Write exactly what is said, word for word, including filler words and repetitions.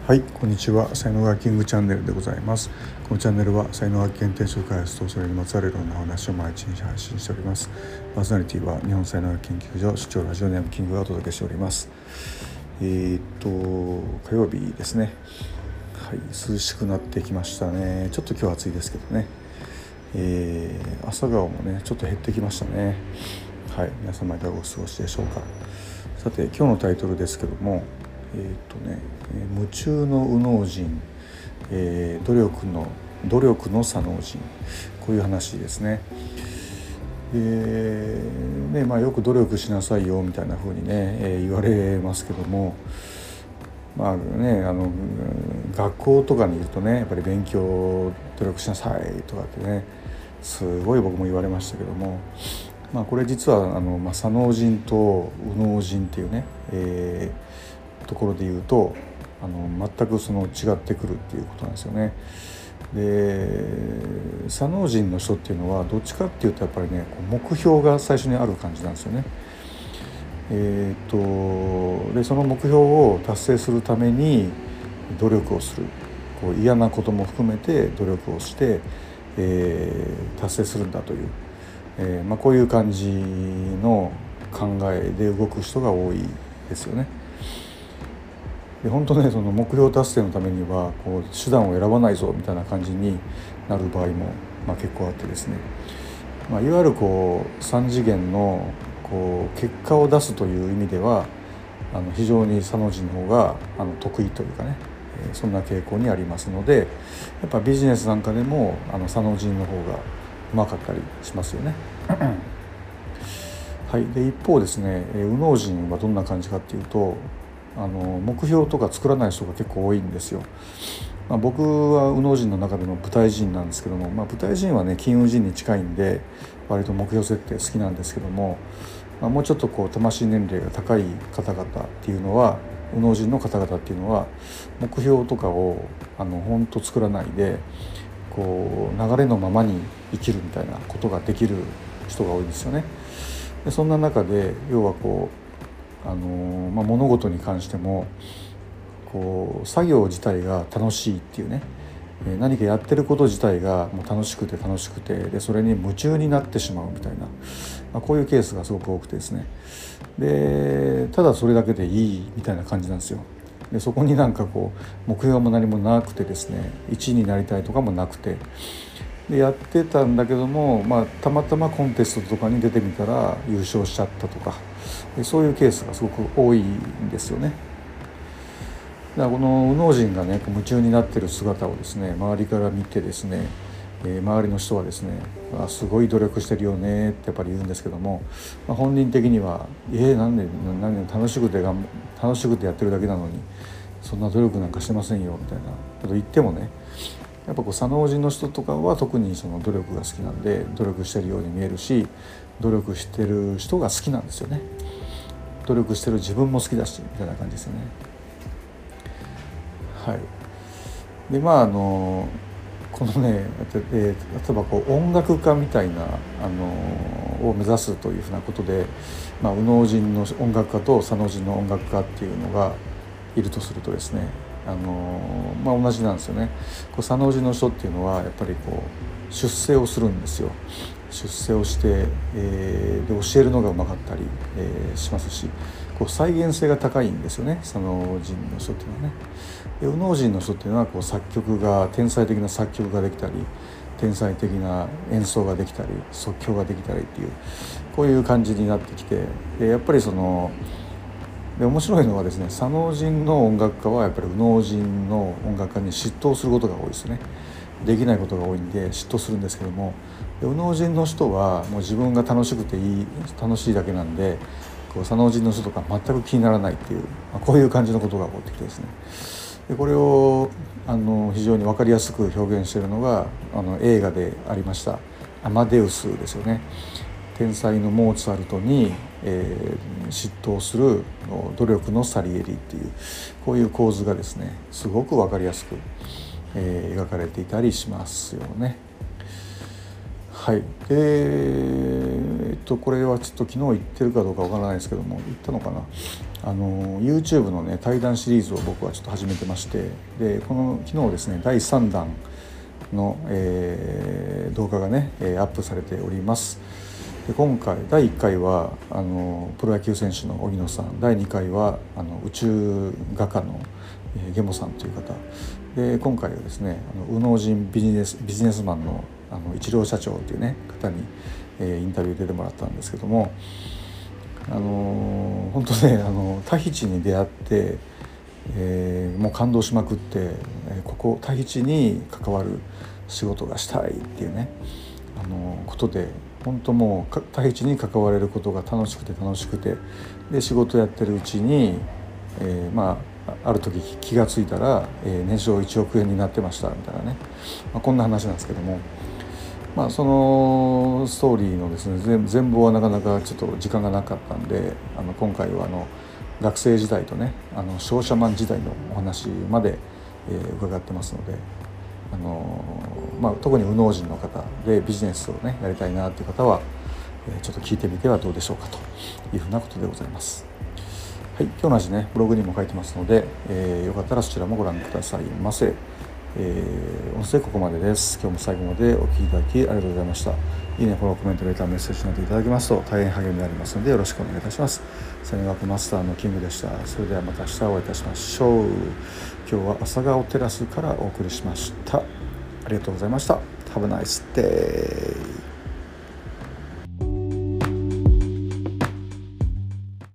はい、こんにちは。才能学キングチャンネルでございます。このチャンネルは才能学検定職開発とそれにまつわるいろんな話を毎日配信しております。パーソナリティは日本才能学研究所主張ラジオネームキングがお届けしております。えー、っと火曜日ですね。はい、涼しくなってきましたね。ちょっと今日は暑いですけどね。えー、朝顔もねちょっと減ってきましたね。はい、皆様いかがお過ごしでしょうか。さて今日のタイトルですけども、えーとね、夢中の右脳人、えー、努力の努力の左脳人、こういう話ですね。でね、まあ、よく努力しなさいよみたいな風にね、えー、言われますけども、まあね、あの学校とかにいるとね、やっぱり勉強努力しなさいとかってね、すごい僕も言われましたけども、まあ、これ実はあの、まあ、左脳人と右脳人っていうね、えー、ところで言うとあの全くその違ってくるっていうことなんですよね。で左脳人の人っていうのはどっちかっていうとやっぱりね目標が最初にある感じなんですよね。えー、とでその目標を達成するために努力をする、こう嫌なことも含めて努力をして、えー、達成するんだという、えーまあ、こういう感じの考えで動く人が多いですよね。で本当ね、その目標達成のためにはこう手段を選ばないぞみたいな感じになる場合も、まあ、結構あってですね、まあ、いわゆるこうさん次元のこう結果を出すという意味ではあの非常に左脳人の方があの得意というかね、えー、そんな傾向にありますので、やっぱビジネスなんかでもあの左脳人の方がうまかったりしますよね。はい、で一方ですね、右脳人はどんな感じかっていうと、あの目標とか作らない人が結構多いんですよ。まあ、僕は右脳人の中での舞台人なんですけども、まあ、舞台人はね金運人に近いんで割と目標設定好きなんですけども、まあ、もうちょっとこう魂年齢が高い方々っていうのは右脳人の方々っていうのは目標とかをあの本当作らないでこう流れのままに生きるみたいなことができる人が多いですよね。でそんな中で要はこう、あのまあ、物事に関してもこう作業自体が楽しいっていうね、何かやってること自体がもう楽しくて楽しくてでそれに夢中になってしまうみたいな、まあ、こういうケースがすごく多くてですね、でただそれだけでいいみたいな感じなんですよ。でそこになんかこう目標も何もなくてですね、いちいになりたいとかもなくてでやってたんだけども、まあ、たまたまコンテストとかに出てみたら優勝しちゃったとか、でそういうケースがすごく多いんですよね。だからこの右脳人がね夢中になっている姿をですね周りから見てですね、えー、周りの人はですねあすごい努力してるよねってやっぱり言うんですけども、まあ、本人的にはえー、なんでなんで楽しくてがん楽しくてやってるだけなのにそんな努力なんかしてませんよみたいなこと言ってもね、やっぱこう左脳人の人とかは特にその努力が好きなんで努力してるように見えるし、努力してる人が好きなんですよね。努力してる自分も好きだしみたいな感じですよね。はい、でまああのこのね、えー、例えばこう音楽家みたいなあのを目指すというふうなことで、まあ、右脳人の音楽家と左脳人の音楽家っていうのがいるとするとですね、あの、まあ、同じなんですよね。こう左脳人の人っていうのはやっぱりこう出世をするんですよ。出世をして、えー、で教えるのがうまかったり、えー、しますし、こう再現性が高いんですよね、左脳人の人っていうのはね。で右脳人の人っていうのはこう作曲が天才的な作曲ができたり天才的な演奏ができたり即興ができたりっていうこういう感じになってきて、でやっぱりそので面白いのはですね、左脳人の音楽家はやっぱり右脳人の音楽家に嫉妬することが多いですね。できないことが多いんで嫉妬するんですけども、右脳人の人はもう自分が楽しくていい楽しいだけなんでこう左脳人の人とか全く気にならないっていう、まあ、こういう感じのことが起こってきてですね、でこれをあの非常に分かりやすく表現しているのがあの映画でありましたアマデウスですよね。天才のモーツァルトに、えー、嫉妬する努力のサリエリっていうこういう構図がですねすごく分かりやすく、えー、描かれていたりしますよね。はい、でえっとこれはちょっと昨日言ってるかどうかわからないですけども、言ったのかな、あの YouTube のね対談シリーズを僕はちょっと始めてまして、でこの昨日ですねだいさんだんの、えー、動画がねアップされております。で今回だいいっかいはあのプロ野球選手の荻野さん、だいにかいはあの宇宙画家のえー、ゲモさんという方で、今回はですねあの右脳人ビジネスビジネスマンのあの一郎社長というね方に、えー、インタビュー出てもらったんですけども、あのー、本当ねあのタヒチに出会って、えー、もう感動しまくって、えー、ここタヒチに関わる仕事がしたいっていうね、あのー、ことで本当もうタヒチに関われることが楽しくて楽しくて、で仕事やってるうちに、えー、まあある時気がついたら、えー、年商いちおくえんになってましたみたいなね、まあ、こんな話なんですけども、まあ、そのストーリーのですね 全, 全貌はなかなかちょっと時間がなかったんで、あの今回はあの学生時代とねあの商社マン時代のお話まで、えー、伺ってますので、あの、まあ、特に右脳人の方でビジネスをねやりたいなという方は、えー、ちょっと聞いてみてはどうでしょうかというふうなことでございます。はい、今日の話ねブログにも書いてますので、えー、よかったらそちらもご覧くださいませ。えー、音声ここまでです。今日も最後までお聞きいただきありがとうございました。いいね、フォロー、コメント、レター、メッセージなどいただけますと大変励みになりますのでよろしくお願いいたします。サインワークマスターのキングでした。それではまた明日お会いいたしましょう。今日は朝顔テラスからお送りしました。ありがとうございました。Have a nice day.